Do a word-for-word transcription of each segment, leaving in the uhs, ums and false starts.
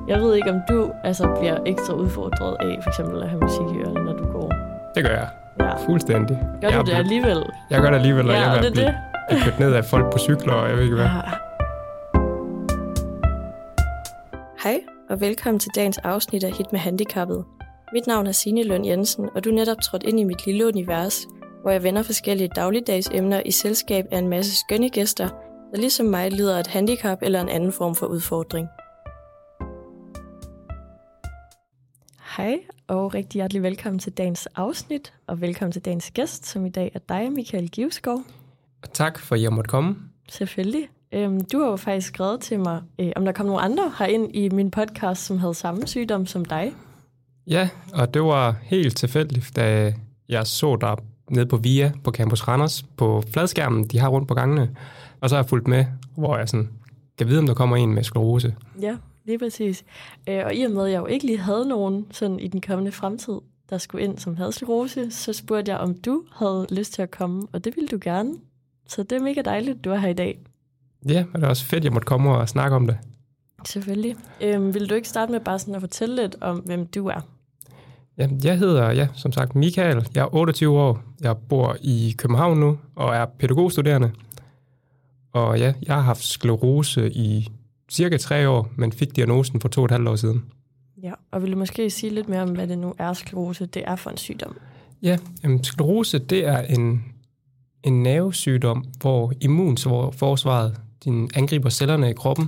Jeg ved ikke, om du altså, bliver ekstra udfordret af for eksempel at have musik i ørerne, når du går. Det gør jeg. Ja. Fuldstændig. Gør du jeg det blevet, alligevel? Jeg gør det alligevel, og ja, jeg er vil blive, blive kørt ned af folk på cykler, og jeg ved ikke hvad. Ja. Hej, og velkommen til dagens afsnit af Hit med Handicappet. Mit navn er Signe Løn Jensen, og du er netop trådt ind i mit lille univers, hvor jeg vender forskellige dagligdags emner i selskab af en masse skønne gæster, der ligesom mig lider af et handicap eller en anden form for udfordring. Hej, og rigtig hjertelig velkommen til dagens afsnit, og velkommen til dagens gæst, som i dag er dig, Michael Givskov. Tak for, at jeg måtte komme. Selvfølgelig. Du har jo faktisk skrevet til mig, om der kom nogle andre herind i min podcast, som havde samme sygdom som dig. Ja, og det var helt tilfældigt, da jeg så dig nede på V I A på Campus Randers på fladskærmen, de har rundt på gangene. Og så har jeg fulgt med, hvor jeg sådan kan vide, om der kommer en med sklerose. Ja, lige præcis. Og i og med, at jeg jo ikke lige havde nogen sådan i den kommende fremtid, der skulle ind som havde sklerose, så spurgte jeg, om du havde lyst til at komme, og det ville du gerne. Så det er mega dejligt, du er her i dag. Ja, og det er også fedt, at jeg måtte komme og snakke om det. Selvfølgelig. Øhm, vil du ikke starte med bare sådan at fortælle lidt om, hvem du er? Ja, jeg hedder, ja, som sagt, Michael. Jeg er otteogtyve år. Jeg bor i København nu og er pædagogstuderende. Og ja, jeg har haft sklerose i cirka tre år, men fik diagnosen for to og et halvt år siden. Ja, og vil du måske sige lidt mere om, hvad det nu er, sklerose det er for en sygdom? Ja, jamen, sklerose det er en, en nervesygdom, hvor immunforsvaret din angriber cellerne i kroppen,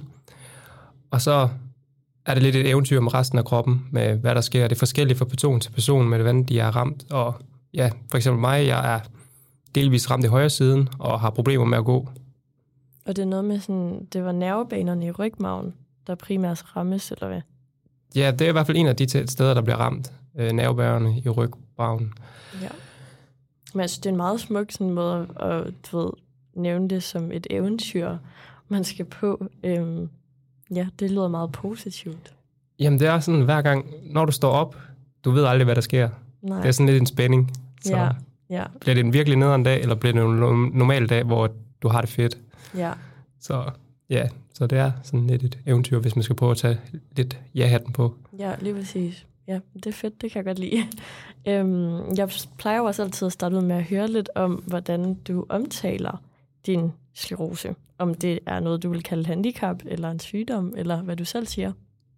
og så er det lidt et eventyr med resten af kroppen, med hvad der sker. Det er forskelligt fra person til person, med hvordan de er ramt. Og ja, for eksempel mig, jeg er delvis ramt i højre siden, og har problemer med at gå. Og det er noget med sådan, det var nervebanerne i rygmarven, der primært rammes, eller hvad? Ja, det er i hvert fald en af de steder, der bliver ramt. Øh, nervebanerne i rygmarven. Ja. Men altså, det er en meget smuk sådan måde at du ved, nævne det som et eventyr, man skal på. Øhm, ja, det lyder meget positivt. Jamen, det er sådan, hver gang, når du står op, du ved aldrig, hvad der sker. Nej. Det er sådan lidt en spænding. Så ja, ja. Bliver det en virkelig nederen dag, eller bliver det en normal dag, hvor du har det fedt? Ja. Så ja, så det er sådan lidt et eventyr, hvis man skal prøve at tage lidt ja-hatten på. Ja, lige præcis. Ja, det er fedt, det kan jeg godt lide. Øhm, jeg plejer jo også altid at starte ud med at høre lidt om, hvordan du omtaler din sklerose. Om det er noget, du vil kalde handicap, eller en sygdom, eller hvad du selv siger.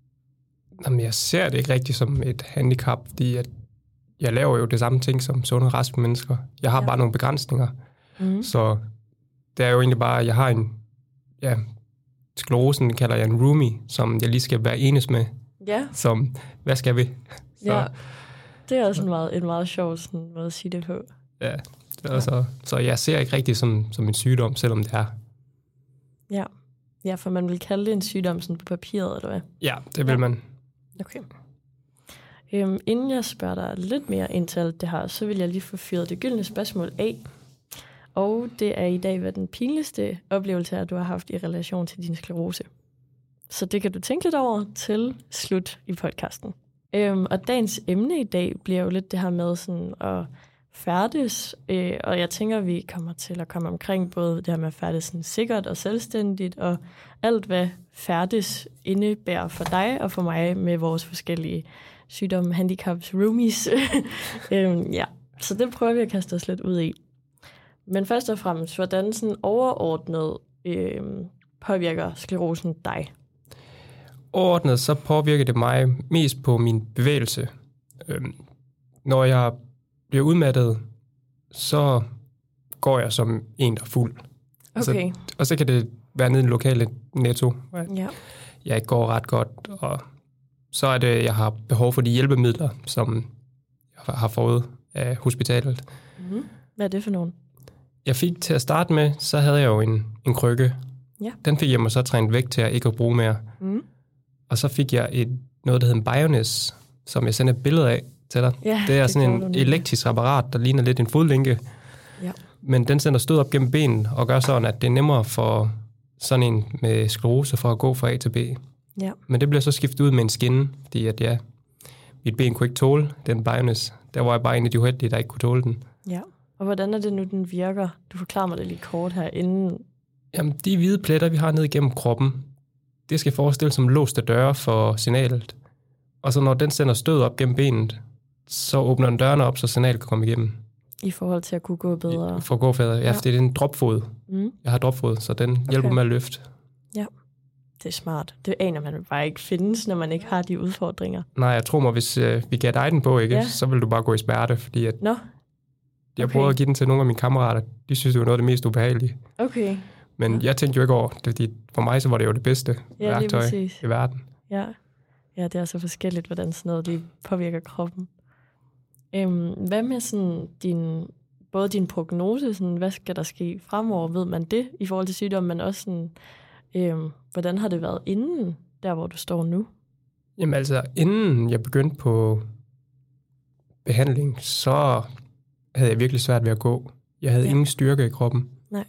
Jamen, jeg ser det ikke rigtigt som et handicap, fordi at jeg laver jo det samme ting som sunde og raske mennesker. Jeg har ja. bare nogle begrænsninger. Mm. Så det er jo egentlig bare, at jeg har en, ja, sklerosen kalder jeg en roomie, som jeg lige skal være enes med. Ja. Som, hvad skal vi? Så, ja, det er også en meget, en meget sjov sådan, måde at sige det på. Ja, altså, ja. Så jeg ser ikke rigtigt som, som en sygdom, selvom det er. Ja. Ja, for man vil kalde det en sygdom sådan på papiret, eller hvad? Ja, det vil ja. man. Okay. Øhm, inden jeg spørger dig lidt mere ind til alt det her, så vil jeg lige få fyret det gyldne spørgsmål af. Og det er i dag, hvad den pinligste oplevelse er, du har haft i relation til din sklerose. Så det kan du tænke lidt over til slut i podcasten. Øhm, og dagens emne i dag bliver jo lidt det her med sådan at færdes, øh, og jeg tænker, vi kommer til at komme omkring både det her med at færdes sådan sikkert og selvstændigt, og alt, hvad færdes indebærer for dig og for mig med vores forskellige sygdomme, handicaps, roomies. øhm, ja, så det prøver vi at kaste os lidt ud i. Men først og fremmest, hvordan sådan overordnet øh, påvirker sklerosen dig? Overordnet så påvirker det mig mest på min bevægelse. Øhm, når jeg bliver udmattet, så går jeg som en, der er fuld. Okay. Altså, og så kan det være nede i den lokale Netto. Ja. Jeg ikke går ret godt, og så er det, jeg har behov for de hjælpemidler, som jeg har fået af hospitalet. Mm-hmm. Hvad er det for nogen? Jeg fik til at starte med, så havde jeg jo en, en krykke. Ja. Den fik jeg mig så trænet væk til at ikke at bruge mere. Mm. Og så fik jeg et, noget, der hedder en Bioness, som jeg sender et billede af til dig. Ja, det er det sådan en elektrisk apparat, der ligner lidt en fodlænke. Ja. Men den sender stød op gennem benen og gør sådan, at det er nemmere for sådan en med sklerose for at gå fra A til B. Ja. Men det bliver så skiftet ud med en skinne, fordi at ja, mit ben kunne ikke tåle den Bioness. Der var jeg bare en af de uheldige, der ikke kunne tåle den. Ja. Og hvordan er det nu, den virker? Du forklarer mig det lige kort her inden. Jamen, de hvide pletter, vi har ned igennem kroppen, det skal forestilles som låste døre for signalet. Og så når den sender stød op gennem benet, så åbner den dørene op, så signalet kan komme igennem. I forhold til at kunne gå bedre? For gåfædre, ja, ja. Fordi det er en dropfod. Mm. Jeg har dropfod, så den okay. hjælper med at løfte. Ja, det er smart. Det aner man bare ikke findes, når man ikke har de udfordringer. Nej, jeg tror mig, hvis øh, vi gav dig den på, ikke, ja. så vil du bare gå i smerte, fordi at Nå. Okay. Jeg prøvede at give den til nogle af mine kammerater. De synes, det var noget af det mest ubehagelige. Okay. Men ja. jeg tænkte jo ikke over det, fordi for mig så var det jo det bedste ja, værktøj i verden. Ja. Ja, det er så forskelligt, hvordan sådan noget de påvirker kroppen. Øhm, hvad med sådan din, både din prognose, sådan, hvad skal der ske fremover, ved man det i forhold til sygdom, men også sådan, øhm, hvordan har det været inden, der hvor du står nu? Jamen altså, inden jeg begyndte på behandling, så havde jeg virkelig svært ved at gå. Jeg havde ja. ingen styrke i kroppen. Nej.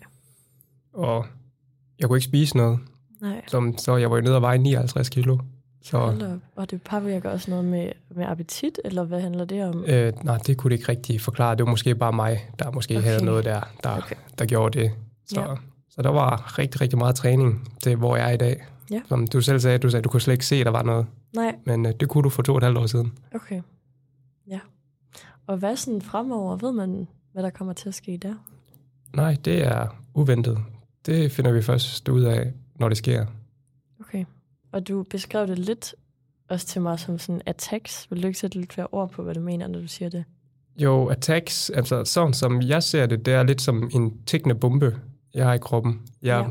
Og jeg kunne ikke spise noget. Nej. Som, så jeg var jo nede og veje nioghalvtreds kilo. Så, og det påvirker også noget med, med appetit, eller hvad handler det om? Øh, nej, det kunne det ikke rigtig forklare. Det var måske bare mig, der måske okay. havde noget der, der, okay. der gjorde det. Så, ja. så der var rigtig, rigtig meget træning til, hvor jeg er i dag. Ja. Som du selv sagde, du sagde, du kunne slet ikke se, at der var noget. Nej. Men øh, det kunne du for to og et halvt år siden. Okay. Ja. Og hvad sådan fremover? Ved man, hvad der kommer til at ske der? Nej, det er uventet. Det finder vi først ud af, når det sker. Okay. Og du beskrev det lidt også til mig som sådan attacks. Vil du ikke sætte lidt flere ord på, hvad du mener, når du siger det? Jo, attacks, altså sådan som jeg ser det, det er lidt som en tikkende bombe, jeg har i kroppen. Jeg, ja.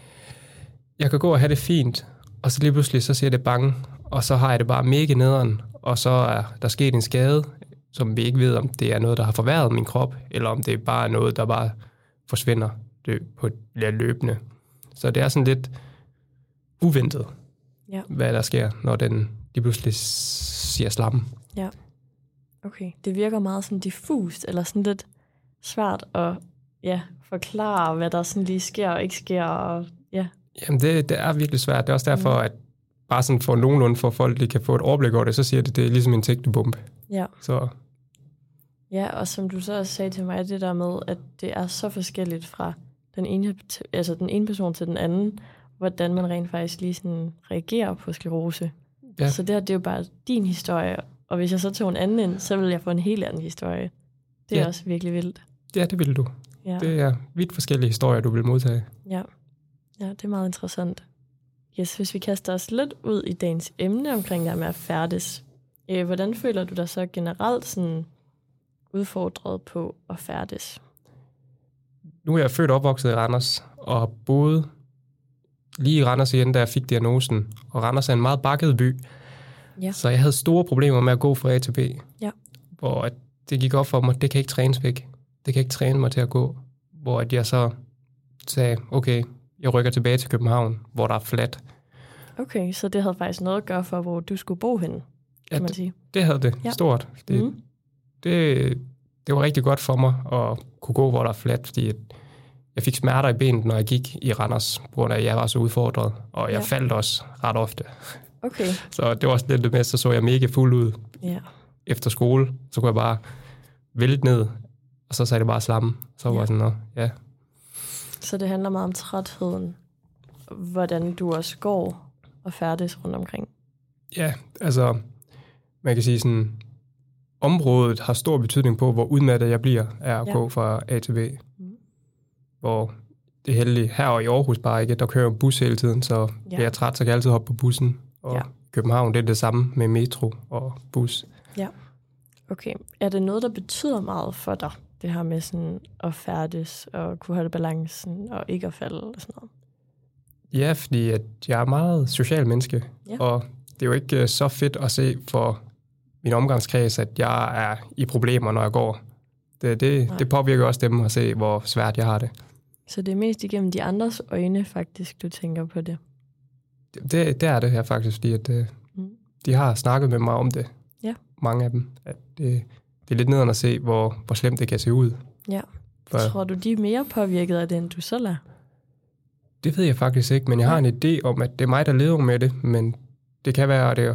jeg kan gå og have det fint, og så lige pludselig så siger det bange, og så har jeg det bare mega nederen, og så er der sket en skade, som vi ikke ved, om det er noget, der har forværret min krop, eller om det er bare noget, der bare forsvinder på løbende. Så det er sådan lidt uventet. Ja. Hvad der sker, når den de pludselig siger slam. Ja, okay. Det virker meget sådan diffust, eller sådan lidt svært at ja, forklare, hvad der sådan lige sker og ikke sker. Og, ja. Jamen, det, det er virkelig svært. Det er også derfor, mm. at bare sådan for nogenlunde, for folk de kan få et overblik over det, så siger det, det er ligesom en tægtebombe. Ja. Så. Ja, og som du så også sagde til mig, det der med, at det er så forskelligt fra den ene, altså den ene person til den anden, hvordan man rent faktisk lige sådan reagerer på sklerose. Ja. Så det her, det er jo bare din historie, og hvis jeg så tog en anden ind, så ville jeg få en helt anden historie. Det er ja. også virkelig vildt. Ja, det vil du. Ja. Det er vidt forskellige historier, du vil modtage. Ja. Ja, det er meget interessant. Yes, hvis vi kaster os lidt ud i dagens emne omkring det her med at færdes, øh, hvordan føler du dig så generelt sådan udfordret på at færdes? Nu er jeg født og opvokset i Randers, og har boet lige i Randers igen, da jeg fik diagnosen. Og Randers er en meget bakket by, ja. Så jeg havde store problemer med at gå fra A til B. Ja. Hvor det gik op for mig, det kan ikke trænes væk. Det kan ikke træne mig til at gå. Hvor jeg så sagde, okay, jeg rykker tilbage til København, hvor der er fladt. Okay, så det havde faktisk noget at gøre for, hvor du skulle bo henne, kan ja, man sige. Det, det havde det, ja. Stort. Det, mm. det, det var rigtig godt for mig at kunne gå, hvor der er fladt, fordi jeg fik smerter i benet, når jeg gik i Randers, på grund af, at jeg var så udfordret, og jeg ja. faldt også ret ofte. Okay. Så det var også lidt det med, så så jeg mega fuld ud. Ja. Efter skole, så kunne jeg bare vælte ned, og så sagde det bare slam. Så var ja. jeg sådan noget, ja. Så det handler meget om trætheden, hvordan du også går og færdes rundt omkring. Ja, altså, man kan sige sådan, området har stor betydning på, hvor udmattet jeg bliver af at ja. gå fra A til B. Mm. Hvor det er heldigt. Her og i Aarhus bare ikke, der kører en bus hele tiden, så ja. bliver jeg træt, så kan jeg altid hoppe på bussen. Og ja. København, det er det samme med metro og bus. Ja, okay. Er det noget, der betyder meget for dig, det her med sådan at færdes og kunne holde balancen og ikke at falde og sådan noget? Ja, fordi at jeg er meget social menneske, ja. Og det er jo ikke så fedt at se for min omgangskreds, at jeg er i problemer, når jeg går. Det, det, det påvirker også dem at se, hvor svært jeg har det. Så det er mest igennem de andres øjne, faktisk, du tænker på det? Det, det er det her faktisk, fordi at, mm. de har snakket med mig om det. Ja. Mange af dem. At det, det er lidt nederen at se, hvor, hvor slemt det kan se ud. Ja. For, tror du, de er mere påvirket af det, end du selv er? Det ved jeg faktisk ikke, men jeg har en idé om, at det er mig, der lever med det, men det kan være, at det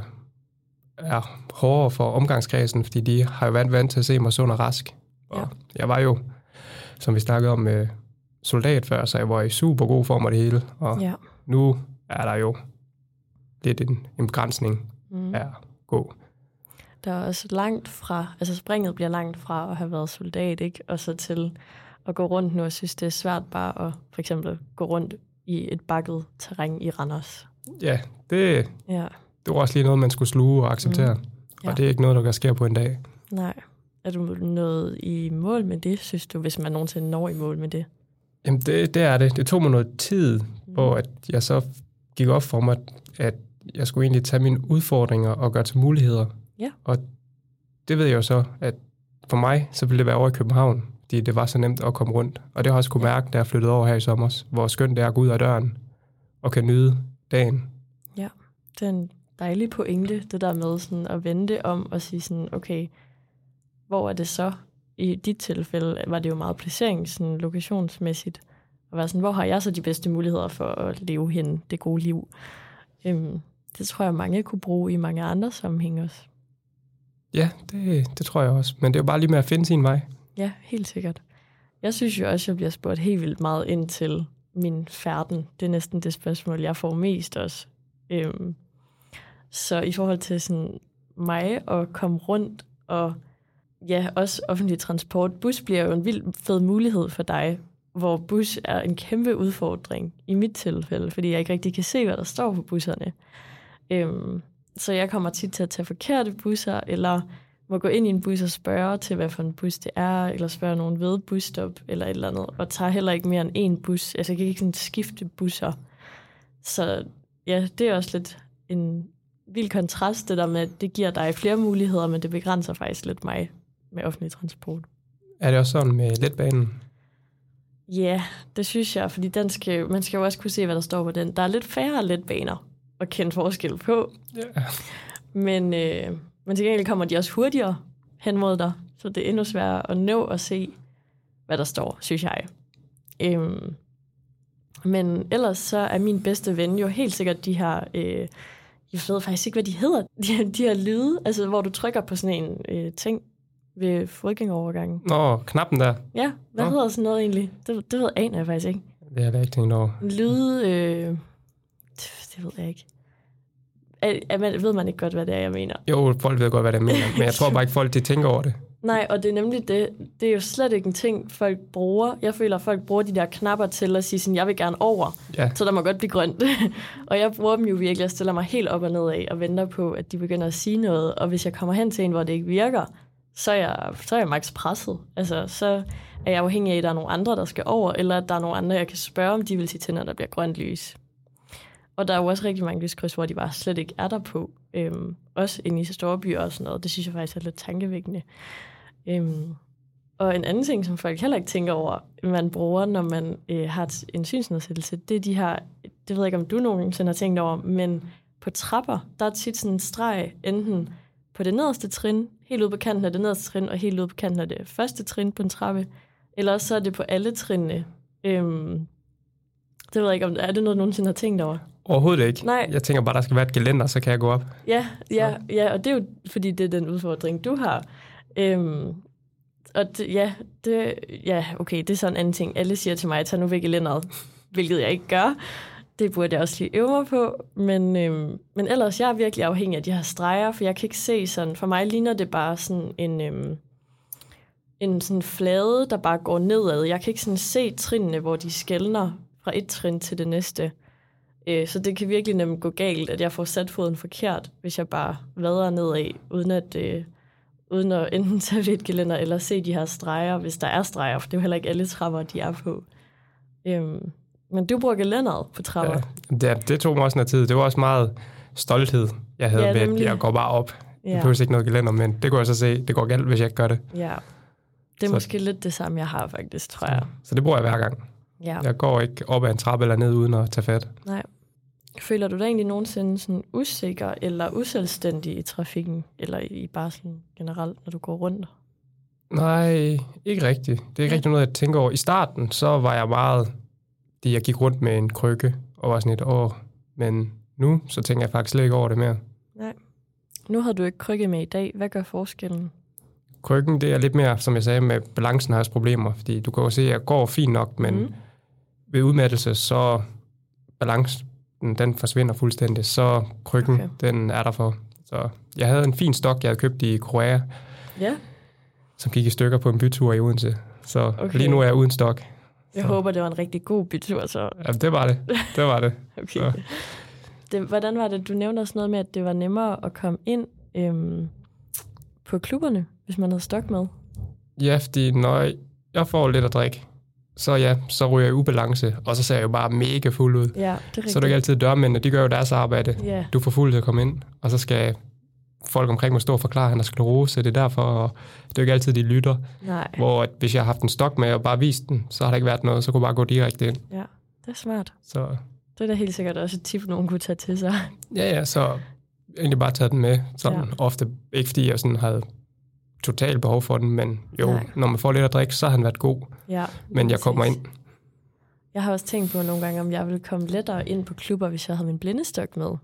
er hårdere for omgangskredsen, fordi de har jo været vant til at se mig sund og rask. Og ja. Jeg var jo, som vi snakkede om, soldat før, så jeg var i super god form af det hele. Og ja. nu er der jo lidt en, en begrænsning mm. af at gå. Der er også langt fra, altså springet bliver langt fra at have været soldat, ikke? Og så til at gå rundt nu, og synes, det er svært bare at for eksempel gå rundt i et bakket terræn i Randers. Ja, det, ja. det var også lige noget, man skulle sluge og acceptere. Mm. Ja. Og det er ikke noget, der kan ske på en dag. Nej. Er du nået i mål med det, synes du, hvis man nogensinde når i mål med det? Jamen, det, det er det. Det tog mig noget tid, mm. hvor at jeg så gik op for mig, at jeg skulle egentlig tage mine udfordringer og gøre til muligheder. Ja. Og det ved jeg jo så, at for mig, så ville det være over i København, fordi det var så nemt at komme rundt. Og det har jeg også kunne mærke, da jeg flyttede over her i sommer, hvor skønt det er at gå ud af døren og kan nyde dagen. Ja, det er en dejlig pointe, det der med sådan at vende om og sige sådan, okay, hvor er det så? I dit tilfælde var det jo meget placering, sådan lokationsmæssigt. Og være sådan, hvor har jeg så de bedste muligheder for at leve hen det gode liv? Øhm, det tror jeg, mange kunne bruge i mange andre sammenhænge også. Ja, det, det tror jeg også. Men det er jo bare lige med at finde sin vej. Ja, helt sikkert. Jeg synes jo også, at jeg bliver spurgt helt vildt meget ind til min færden. Det er næsten det spørgsmål, jeg får mest også. Øhm, så i forhold til sådan mig at komme rundt og ja, også offentlig transport. Bus bliver jo en vild fed mulighed for dig, hvor bus er en kæmpe udfordring i mit tilfælde, fordi jeg ikke rigtig kan se, hvad der står på busserne. Øhm, så jeg kommer tit til at tage forkerte busser, eller må gå ind i en bus og spørge til, hvad for en bus det er, eller spørge nogen ved busstop, eller et eller andet, og tager heller ikke mere end én bus. Altså jeg kan ikke sådan skifte busser. Så ja, det er også lidt en vild kontrast, det der med, at det giver dig flere muligheder, men det begrænser faktisk lidt mig med offentlig transport. Er det også sådan med letbanen? Ja, det synes jeg, fordi den skal, man skal jo også kunne se, hvad der står på den. Der er lidt færre letbaner at kende forskel på. Ja. Men, øh, men til gengæld kommer de også hurtigere hen mod dig, så det er endnu sværere at nå at se, hvad der står, synes jeg. Øhm, men ellers så er min bedste ven jo helt sikkert de her... Øh, jeg ved faktisk ikke, hvad de hedder. De, de her lyde, altså hvor du trykker på sådan en øh, ting ved fodgængerovergangen. Nå, knappen der. Ja, hvad Nå. hedder sådan noget egentlig? Det, det ved aner jeg faktisk ikke. Det har jeg ikke tænkt over. Lyde, øh, det, det ved jeg ikke. Er, er, ved man ikke godt, hvad det er, jeg mener? Jo, folk ved godt, hvad det er, jeg mener, men jeg tror bare ikke, folk de tænker over det. Nej, og det er nemlig det. Det er jo slet ikke en ting, folk bruger. Jeg føler, at folk bruger de der knapper til at sige sådan, jeg vil gerne over, ja. Så der må godt blive grønt. Og jeg bruger dem jo virkelig, jeg stiller mig helt op og ned af og venter på, at de begynder at sige noget. Og hvis jeg kommer hen til en, hvor det ikke virker, så er jeg, så er jeg max presset. Altså, så er jeg afhængig af, at der er nogle andre, der skal over, eller at der er nogle andre, jeg kan spørge, om de vil sige til, når der bliver grønt lys. Og der er jo også rigtig mange lyskryds, hvor de bare slet ikke er der på. Øhm, også inde i store byer og sådan noget. Det synes jeg faktisk er lidt tankevækkende. Øhm, og en anden ting, som folk heller ikke tænker over, man bruger, når man øh, har en synsnedsættelse, det er de her, det ved jeg ikke, om du nogensinde har tænkt over, men på trapper, der er tit sådan en streg, enten på det nederste trin, helt ude på kanten af det nederste trin, og helt ude på kanten af det første trin på en trappe, eller også så er det på alle trinene. Øhm, det ved jeg ikke, om er det noget, du nogensinde har tænkt over? Overhovedet ikke. Nej. Jeg tænker bare, der skal være et gelænder, så kan jeg gå op. Ja, ja, ja, og det er jo, fordi det er den udfordring, du har. Øhm, og det, ja, det, ja, okay, det er sådan en anden ting. Alle siger til mig, tag nu væk gelænderet, hvilket jeg ikke gør. Det burde jeg også lige øve mig på. Men, øhm, men ellers, jeg er virkelig afhængig af de her streger, for jeg kan ikke se sådan, for mig ligner det bare sådan en, øhm, en sådan flade, der bare går nedad. Jeg kan ikke sådan se trinene, hvor de skelner fra et trin til det næste. Så det kan virkelig nemt gå galt, at jeg får sat foden forkert, hvis jeg bare vader nedad, uden at, øh, uden at enten tage ved et gelænder eller se de her streger, hvis der er streger, for det er jo heller ikke alle trapper, de er på. Øhm, men du bruger gelænderet på trapper. Ja, det, det tog mig også noget tid. Det var også meget stolthed, jeg havde ja, ved, at jeg går bare op. Ja. Jeg behøver ikke noget gelænder, men det kunne jeg så se, det går galt, hvis jeg ikke gør det. Ja, det er så, måske lidt det samme, jeg har faktisk, tror jeg. Så, så det bruger jeg hver gang. Ja. Jeg går ikke op ad en trappe eller ned uden at tage fat. Nej. Føler du dig egentlig nogensinde sådan usikker eller uselvstændig i trafikken, eller i bare sådan generelt, når du går rundt? Nej, ikke rigtigt. Det er ikke ja. rigtig noget, jeg tænker over. I starten, så var jeg meget, det jeg gik rundt med en krykke, og var sådan et år. Men nu, så tænker jeg faktisk slet ikke over det mere. Nej. Nu har du ikke krykke med i dag. Hvad gør forskellen? Krykken, det er lidt mere, som jeg sagde, med balancen har også problemer. Fordi du kan jo se, at jeg går fint nok, men mm. ved udmattelse, så balance den, den forsvinder fuldstændig, så krykken, okay. den er der for. Så jeg havde en fin stok, jeg havde købt i Korea, ja. som gik i stykker på en bytur i Odense. Så okay. lige nu er jeg uden stok. Jeg så. håber, det var en rigtig god bytur, så. Ja, det var det. Det var det. okay. det. Hvordan var det? Du nævnte også noget med, at det var nemmere at komme ind øhm, på klubberne, hvis man havde stok med. Ja, fordi når jeg får lidt at drikke, så ja, så ryger jeg i ubalance, og så ser jeg jo bare mega fuld ud. Ja, det er rigtigt. Så er det ikke altid dørmændene, de gør jo deres arbejde. Yeah. Du får fuld til at komme ind, og så skal folk omkring mig stå og forklare, at han har sklerose. Det er derfor, og det er jo ikke altid, de lytter. Nej. Hvor at hvis jeg har haft en stok med og bare vist den, så har der ikke været noget, så kunne jeg bare gå direkte ind. Ja, det er smart. Så. Det er da helt sikkert også et tip, nogen kunne tage til sig. Ja, ja, så egentlig bare tage den med. Sådan ja. Ofte, ikke fordi jeg sådan havde totalt behov for den, men jo, Nej. når man får lidt at drikke, så har han været god. Ja, men jeg kommer ind. Jeg har også tænkt på nogle gange, om jeg ville komme lettere ind på klubber, hvis jeg havde min blindestok med.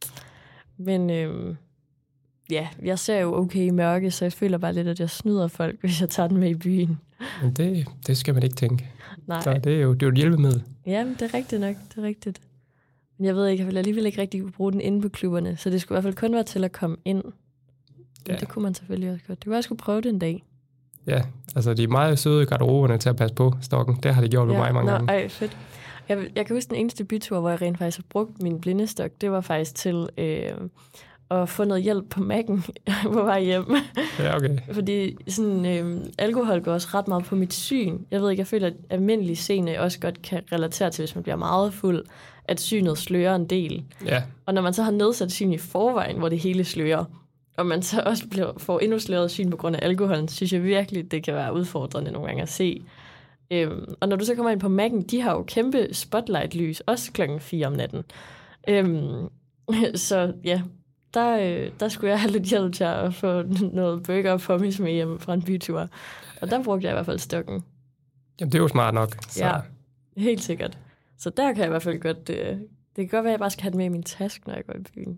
Men øhm, ja, jeg ser jo okay i mørke, så jeg føler bare lidt, at jeg snyder folk, hvis jeg tager den med i byen. Men det, det skal man ikke tænke. Nej. Så det er jo, det er jo et hjælpemiddel. Jamen, det er rigtigt nok. Det er rigtigt. Men jeg ved ikke, jeg vil alligevel ikke rigtig bruge den inde på klubberne, så det skulle i hvert fald kun være til at komme ind. Ja. Det kunne man selvfølgelig også godt. Det kunne jeg skulle prøve det en dag. Ja, altså de er meget søde garderoberne til at passe på stokken. Det har de gjort med ja. mig mange Nå, gange. Ej, fedt. Jeg, jeg kan huske den eneste bytur, hvor jeg rent faktisk har brugt min blindestok. Det var faktisk til øh, at få noget hjælp på Mac'en på vej hjem. Ja, okay. Fordi sådan, øh, alkohol går også ret meget på mit syn. Jeg ved ikke, jeg føler, at almindelig seende også godt kan relatere til, hvis man bliver meget fuld, at synet slører en del. Ja. Og når man så har nedsat syn i forvejen, hvor det hele slører, og man så også bliver, får endnu sløret syn på grund af alkoholen, så synes jeg virkelig, det kan være udfordrende nogle gange at se. Øhm, og når du så kommer ind på Mac'en, de har jo kæmpe spotlight-lys, også klokken fire om natten. Øhm, så ja, der, der skulle jeg have lidt hjælp til at få noget burger og pommes med hjem fra en bytur. Og der brugte jeg i hvert fald stokken. Jamen, det er jo smart nok. Så. Ja, helt sikkert. Så der kan jeg i hvert fald godt... Det, det kan godt være, at jeg bare skal have det med i min taske, når jeg går i byen.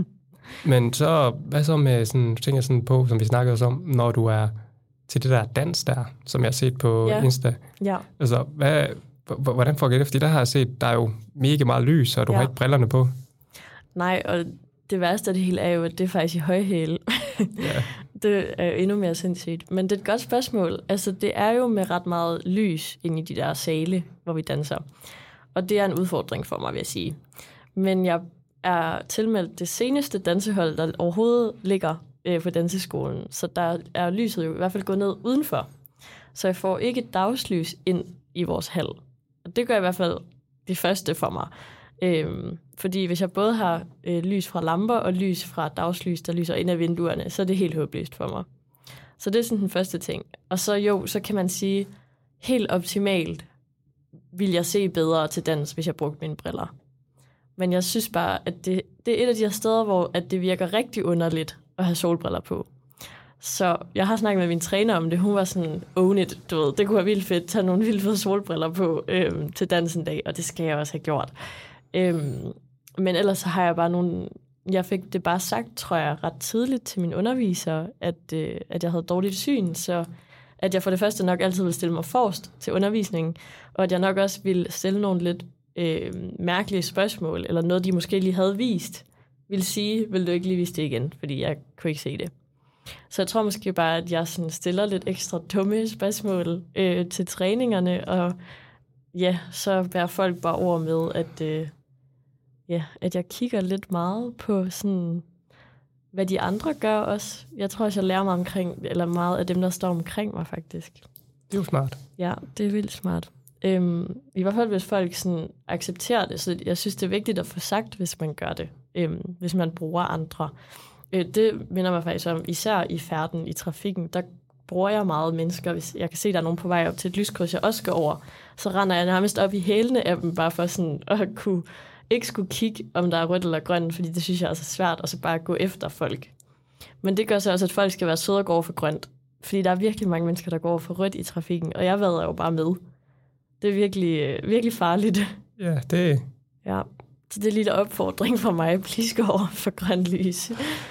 Men så, hvad så med sådan, tænker jeg sådan på, som vi snakkede også om, når du er til det der dans der, som jeg har set på ja. Insta. Ja. Altså, hvad, hvordan får jeg det? Fordi der har jeg set, der er jo mega meget lys, og du ja. har ikke brillerne på. Nej, og det værste af det hele er jo, at det er faktisk i højhæle. Ja. Det er jo endnu mere sindssygt. Men det er et godt spørgsmål. Altså, det er jo med ret meget lys inde i de der sale, hvor vi danser. Og det er en udfordring for mig, vil jeg sige. Men jeg er tilmeldt det seneste dansehold, der overhovedet ligger øh, på danseskolen. Så der er lyset jo i hvert fald gået ned udenfor. Så jeg får ikke dagslys ind i vores hal. Og det gør i hvert fald det første for mig. Øhm, fordi hvis jeg både har øh, lys fra lamper og lys fra dagslys, der lyser ind af vinduerne, så er det helt håbløst for mig. Så det er sådan den første ting. Og så jo, så kan man sige, helt optimalt vil jeg se bedre til dans, hvis jeg brugte mine briller. Men jeg synes bare, at det, det er et af de her steder, hvor at det virker rigtig underligt at have solbriller på. Så jeg har snakket med min træner om det. Hun var sådan, own it, du ved. Det kunne være vildt fedt, tage nogle vildt fede solbriller på øhm, til dansen dag, og det skal jeg også have gjort. Øhm, men ellers så har jeg bare nogle... Jeg fik det bare sagt, tror jeg, ret tidligt til min underviser, at, øh, at jeg havde dårligt syn, så at jeg for det første nok altid ville stille mig forrest til undervisningen, og at jeg nok også ville stille nogle lidt øh, mærkelige spørgsmål, eller noget, de måske lige havde vist, ville sige, vil du ikke lige vise det igen, fordi jeg kunne ikke se det. Så jeg tror måske bare, at jeg sådan stiller lidt ekstra dumme spørgsmål øh, til træningerne, og ja, så bærer folk bare over med, at, øh, ja, at jeg kigger lidt meget på sådan, hvad de andre gør også. Jeg tror også, jeg lærer mig omkring, eller meget af dem, der står omkring mig faktisk. Det er jo smart. Ja, det er vildt smart. Øhm, I hvert fald, hvis folk sådan accepterer det, så jeg synes, det er vigtigt at få sagt, hvis man gør det, øhm, hvis man bruger andre. Øh, det minder mig faktisk om, især i færden, i trafikken, der bruger jeg meget mennesker. Hvis jeg kan se, der er nogen på vej op til et lyskryds, jeg også skal over, så render jeg nærmest op i hælene af dem, bare for sådan at kunne, ikke skulle kigge, om der er rødt eller grønt, fordi det synes jeg er så svært, og så bare gå efter folk. Men det gør så også, at folk skal være søde og gå over for grønt, fordi der er virkelig mange mennesker, der går over for rødt i trafikken, og jeg vader jo bare med. Det er virkelig, virkelig farligt. Ja, det Ja, så det er lidt en opfordring for mig. Please gå over for grønt lys.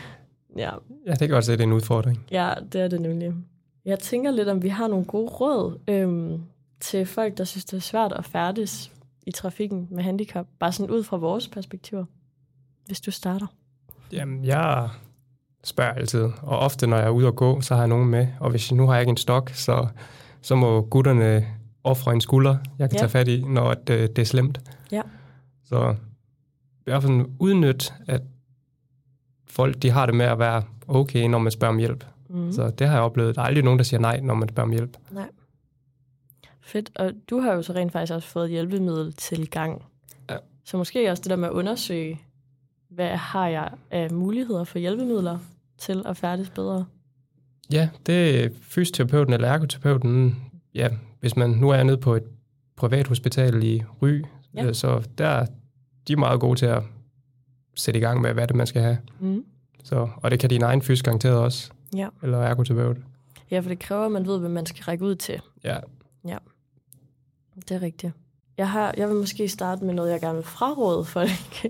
Ja. Ja, det kan godt se, det er en udfordring. Ja, det er det nemlig. Jeg tænker lidt, om vi har nogle gode råd øhm, til folk, der synes, det er svært at færdes i trafikken med handicap? Bare sådan ud fra vores perspektiver, hvis du starter. Jamen, jeg spørger altid, og ofte når jeg er ude at gå, så har jeg nogen med, og hvis nu har jeg ikke en stok, så, så må gutterne ofre en skulder, jeg kan ja. tage fat i, når det, det er slemt. Ja. Så i hvert fald udnyt, at folk de har det med at være okay, når man spørger om hjælp. Mm. Så det har jeg oplevet. Der er aldrig nogen, der siger nej, når man spørger om hjælp. Nej. Fedt. Og du har jo så rent faktisk også fået hjælpemiddel til gang. Ja. Så måske også det der med at undersøge, hvad har jeg af muligheder for hjælpemidler til at færdes bedre? Ja, det er fysioterapeuten eller ergoterapeuten. Ja, hvis man nu er nede på et privat hospital i Ry, ja. så der de er meget gode til at sætte i gang med, hvad det man skal have. Mm. Så, og det kan din egen fys garanteret også. Ja. Eller ergoterapeut. Ja, for det kræver, at man ved, hvad man skal række ud til. Ja. Ja, det er rigtigt. Jeg, har, jeg vil måske starte med noget, jeg gerne vil fraråde folk.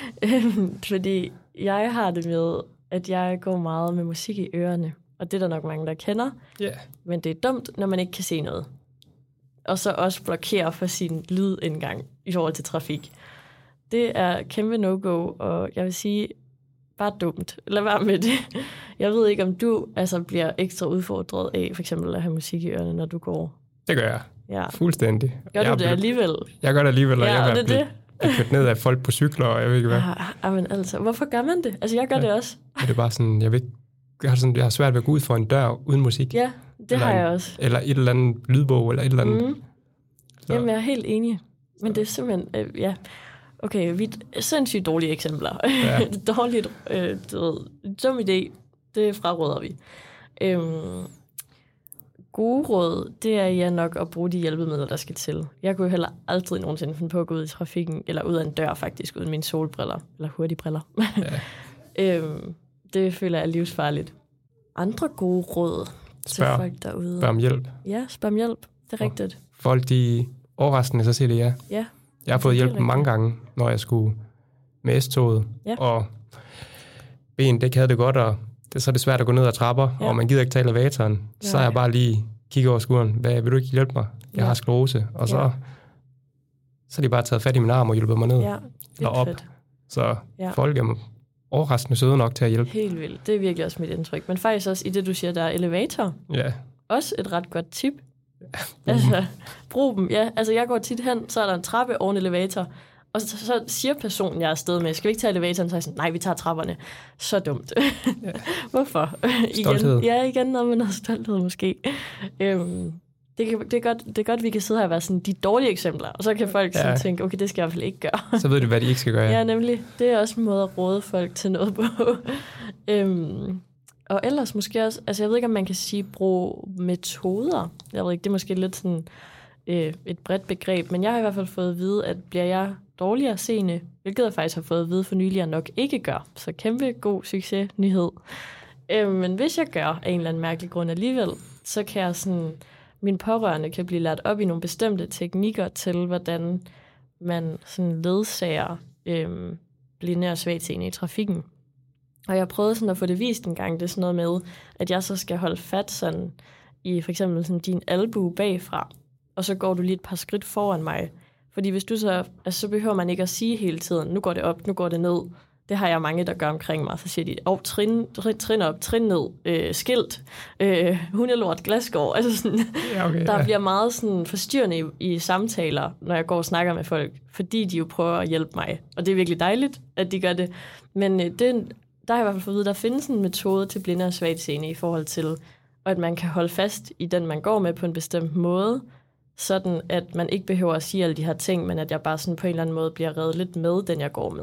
Fordi jeg har det med, at jeg går meget med musik i ørerne. Og det er der nok mange, der kender. Yeah. Men det er dumt, når man ikke kan se noget. Og så også blokere for sin lydindgang i forhold til trafik. Det er kæmpe no-go, og jeg vil sige, bare dumt. Lad være med det. Jeg ved ikke, om du altså bliver ekstra udfordret af for eksempel at have musik i ørerne, når du går. Det gør jeg. Ja. Fuldstændig. Gør du jeg det alligevel? Jeg gør det alligevel, og ja, jeg er bliver kørt ned af folk på cykler, og jeg ved ikke hvad. Ja, men altså, hvorfor gør man det? Altså, jeg gør ja. det også. Ja, det er bare sådan, jeg, ved, jeg, har sådan, jeg har svært ved at gå ud for en dør uden musik. Ja, det eller har jeg også. En, eller et eller andet lydbog, eller et eller andet. Mm. Jamen, jeg er helt enig. Men det er simpelthen, øh, ja... Okay, vi er sindssygt dårlige eksempler. Ja. Dårligt, øh, du ved, dum idé, det fraråder vi. Øhm, gode råd, det er ja nok at bruge de hjælpemidler, der skal til. Jeg kunne jo heller aldrig nogensinde finde på at gå ud i trafikken, eller ud af en dør faktisk, uden mine solbriller, eller hurtigbriller. Ja. øhm, det føler jeg er livsfarligt. Andre gode råd spørg, til folk derude. Spørg om hjælp. Ja, spørg om hjælp, det er rigtigt. Folk, de overraskende, så siger det ja. Ja. Jeg har fået hjælp mange gange, når jeg skulle med S-toget, ja. og ben, det havde det godt, og det, så er det svært at gå ned ad trapper, ja. og man gider ikke tage elevatoren. Ja. Så er jeg bare lige kigge over skulderen. Hvad, vil du ikke hjælpe mig? Jeg ja. har sklerose. Og så, ja. så er de bare taget fat i min arm og hjulpet mig ned. Ja, og op. Fedt. Så ja. folk er overraskende søde nok til at hjælpe. Helt vildt. Det er virkelig også mit indtryk. Men faktisk også i det, du siger, der er elevator. Ja. Også et ret godt tip. Ja, brug altså, dem. brug dem. Ja, altså jeg går tit hen, så er der en trappe over en elevator, og så, så siger personen, jeg er afsted med, skal vi ikke tage elevatoren? Så er jeg sådan, nej, vi tager trapperne. Så dumt. Ja. Hvorfor? Stolthed. Igen, ja, igen noget med noget stolthed måske. Øhm, det, kan, det, er godt, det er godt, vi kan sidde her og være sådan de dårlige eksempler, og så kan folk ja. sådan tænke, okay, det skal jeg i hvert fald ikke gøre. Så ved du, hvad de ikke skal gøre. Ja, ja nemlig. Det er også en måde at råde folk til noget på. øhm, Og ellers måske også, altså jeg ved ikke, om man kan sige brug metoder. Jeg ved ikke, det er måske lidt sådan øh, et bredt begreb, men jeg har i hvert fald fået at vide, at bliver jeg dårligere seende, hvilket jeg faktisk har fået at vide for nylig, jeg nok ikke gør. Så kæmpe god succes, nyhed. Øh, men hvis jeg gør af en eller anden mærkelig grund alligevel, så kan jeg sådan, mine pårørende kan blive lært op i nogle bestemte teknikker til, hvordan man sådan ledsager øh, blinde og svagtseende i trafikken. Og jeg prøvede sådan at få det vist en gang, det er sådan noget med, at jeg så skal holde fat sådan i for eksempel sådan din albue bagfra, og så går du lige et par skridt foran mig. Fordi hvis du så, altså så behøver man ikke at sige hele tiden, nu går det op, nu går det ned. Det har jeg mange, der gør omkring mig. Så siger de, åh, oh, trin, trin, trin op, trin ned, øh, skilt, øh, hundelort, glasgård. Altså sådan, ja, okay, der ja. bliver meget sådan forstyrrende i, i samtaler, når jeg går og snakker med folk, fordi de jo prøver at hjælpe mig. Og det er virkelig dejligt, at de gør det. Men øh, det der har jeg i hvert fald fået at vide, der findes en metode til blinde og svagtseende i forhold til, at man kan holde fast i den, man går med på en bestemt måde, sådan at man ikke behøver at sige alle de her ting, men at jeg bare sådan på en eller anden måde bliver reddet lidt med, den jeg går med.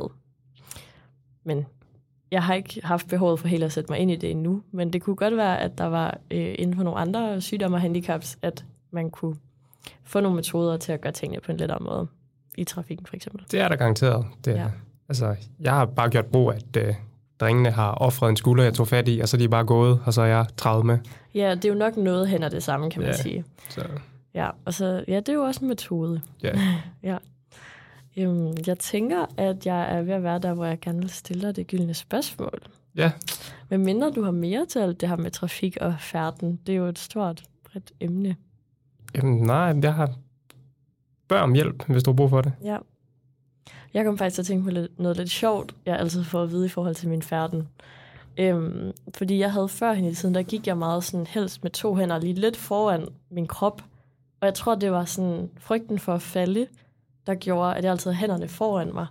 Men jeg har ikke haft behovet for helt at sætte mig ind i det endnu, men det kunne godt være, at der var øh, inden for nogle andre sygdomme og handicaps, at man kunne få nogle metoder til at gøre tingene på en lettere måde i trafikken for eksempel. Det er der garanteret. Det er, ja. Altså, jeg har bare gjort brug af, at øh, drengene har offret en skulder, jeg tog fat i, og så er de bare gået, og så er jeg trædet med. Ja, det er jo nok noget hen ad det samme, kan man ja, sige. Så. Ja, og så, ja, det er jo også en metode. Ja. ja. Øhm, jeg tænker, at jeg er ved at være der, hvor jeg gerne vil stille dig det gyldne spørgsmål. Ja. Men mindre du har mere til alt det her med trafik og færden, det er jo et stort, bredt emne. Jamen, nej, jeg har spørg om hjælp, hvis du har brug for det. Ja. Jeg kom faktisk til at tænke på lidt, noget lidt sjovt, jeg altid får at vide i forhold til min færden. Øhm, fordi jeg havde førhen i tiden, der gik jeg meget sådan helst med to hænder lige lidt foran min krop. Og jeg tror, det var sådan frygten for at falde, der gjorde, at jeg altid havde hænderne foran mig.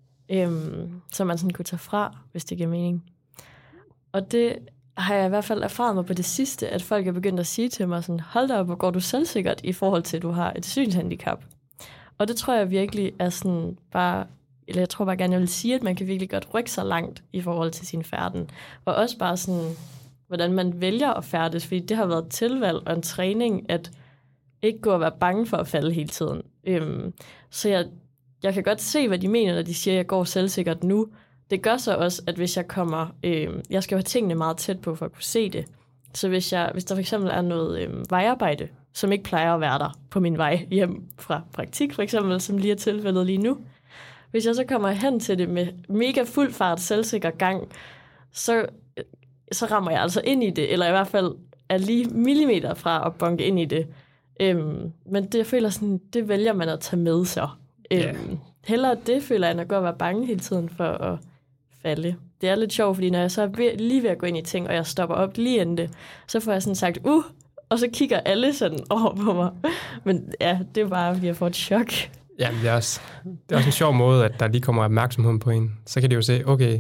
Øhm, så man sådan kunne tage fra, hvis det giver mening. Og det har jeg i hvert fald erfaret mig på det sidste, at folk er begyndt at sige til mig sådan, hold da op, hvor går du selvsikkert i forhold til, at du har et synshandicap. Og det tror jeg virkelig er sådan bare, eller jeg tror bare gerne, jeg vil sige, at man kan virkelig godt rykke sig langt i forhold til sin færden. Og også bare sådan, hvordan man vælger at færdes, fordi det har været et tilvalg og en træning, at ikke gå og være bange for at falde hele tiden. Øhm, så jeg, jeg kan godt se, hvad de mener, når de siger, at jeg går selvsikkert nu. Det gør så også, at hvis jeg kommer... Øhm, jeg skal jo have tingene meget tæt på, for at kunne se det. Så hvis, jeg, hvis der for eksempel er noget øhm, vejarbejde, som ikke plejer at være der på min vej hjem fra praktik, for eksempel, som lige er tilfældet lige nu. Hvis jeg så kommer hen til det med mega fuld fart, selvsikker gang, så, så rammer jeg altså ind i det, eller i hvert fald er lige millimeter fra at bonke ind i det. Øhm, men det, jeg føler sådan, det vælger man at tage med så. Øhm, yeah. Hellere det, føler jeg, end at gå og være bange hele tiden for at falde. Det er lidt sjovt, fordi når jeg så er ved, lige ved at gå ind i ting, og jeg stopper op lige inden det, så får jeg sådan sagt, uh, og så kigger alle sådan over på mig. Men ja, det er bare, fordi jeg får et chok. Ja, det er, også, det er også en sjov måde, at der lige kommer opmærksomhed på en. Så kan de jo se, okay,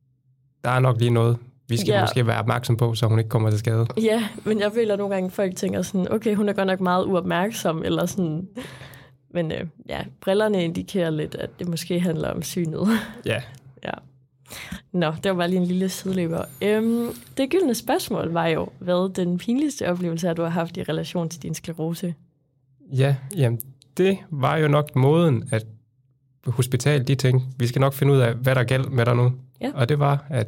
der er nok lige noget, vi skal ja. måske være opmærksom på, så hun ikke kommer til skade. Ja, men jeg føler nogle gange, at folk tænker sådan, okay, hun er godt nok meget uopmærksom, eller sådan. Men øh, ja, brillerne indikerer lidt, at det måske handler om synet. Ja. Ja. Nå, det var bare lige en lille sideløber. Øhm, det gyldne spørgsmål var jo, hvad den pinligste oplevelse er, du har haft i relation til din sklerose? Ja, jamen, det var jo nok måden, at hospitalet, de tænkte, vi skal nok finde ud af, hvad der galt med dig nu. Ja. Og det var, at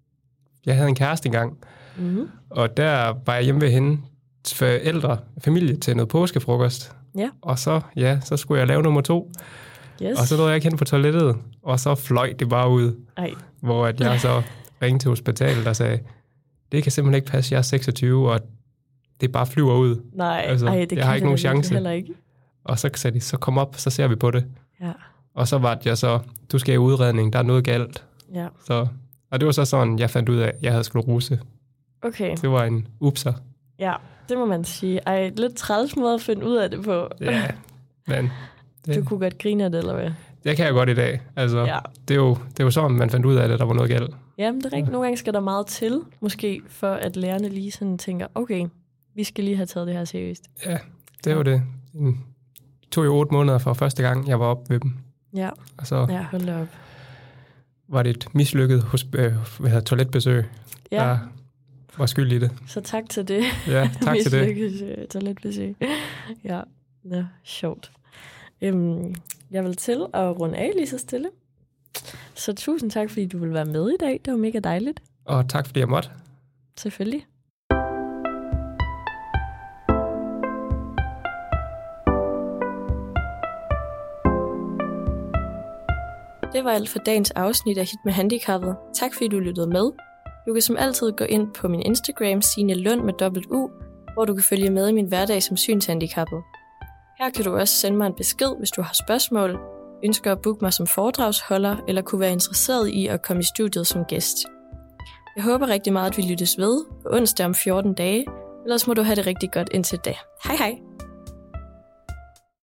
jeg havde en kæreste engang, mm-hmm. og der var jeg hjemme ved hende, forældre, familie til noget påskefrokost. Ja. Og så, ja, så skulle jeg lave nummer to. Yes. Og så nåede jeg ikke hen på toilettet, og så fløj det bare ud. Ej. Hvor at jeg så ringte til hospitalet og sagde, det kan simpelthen ikke passe, jeg er seksogtyve, og det bare flyver ud. Nej, altså, ej, det jeg har ikke nogen chance. Heller ikke. Og så sagde de, så kom op, så ser vi på det. Ja. Og så var det jeg så, du skal i udredning, der er noget galt. Ja. Så, og det var så sådan, jeg fandt ud af, at jeg havde sklerose. Okay. Det var en upser. Ja, det må man sige. Ej, lidt træls måde at finde ud af det på. Ja, men... Det, du kunne godt grine af det, eller hvad? Det kan jeg godt i dag. Altså, ja. det, er jo, det er jo sådan, man fandt ud af det, der var noget galt. Jamen, det er rigtigt. Nogle gange skal der meget til, måske, for at lærerne lige sådan tænker, okay, vi skal lige have taget det her seriøst. Ja, det var det. Det tog jo otte måneder for første gang, jeg var oppe ved dem. Ja, og så ja hold da op. Var det et mislykket hos, øh, hvad hedder, toiletbesøg, ja. der var skyld i det. Så tak til det. Ja, tak til det. Mislykket toiletbesøg. Ja, ja, sjovt. Øhm, jeg vil til at runde af lige så stille. Så tusind tak, fordi du vil være med i dag. Det var mega dejligt. Og tak, fordi jeg måtte. Selvfølgelig. Det var alt for dagens afsnit af Hit med Handicappet. Tak fordi du lyttede med. Du kan som altid gå ind på min Instagram, Signe Lund med dobbelt U, hvor du kan følge med i min hverdag som synshandicappet. Her kan du også sende mig en besked, hvis du har spørgsmål, ønsker at booke mig som foredragsholder, eller kunne være interesseret i at komme i studiet som gæst. Jeg håber rigtig meget, at vi lyttes ved på onsdag om fjorten dage, ellers må du have det rigtig godt indtil da. Hej hej!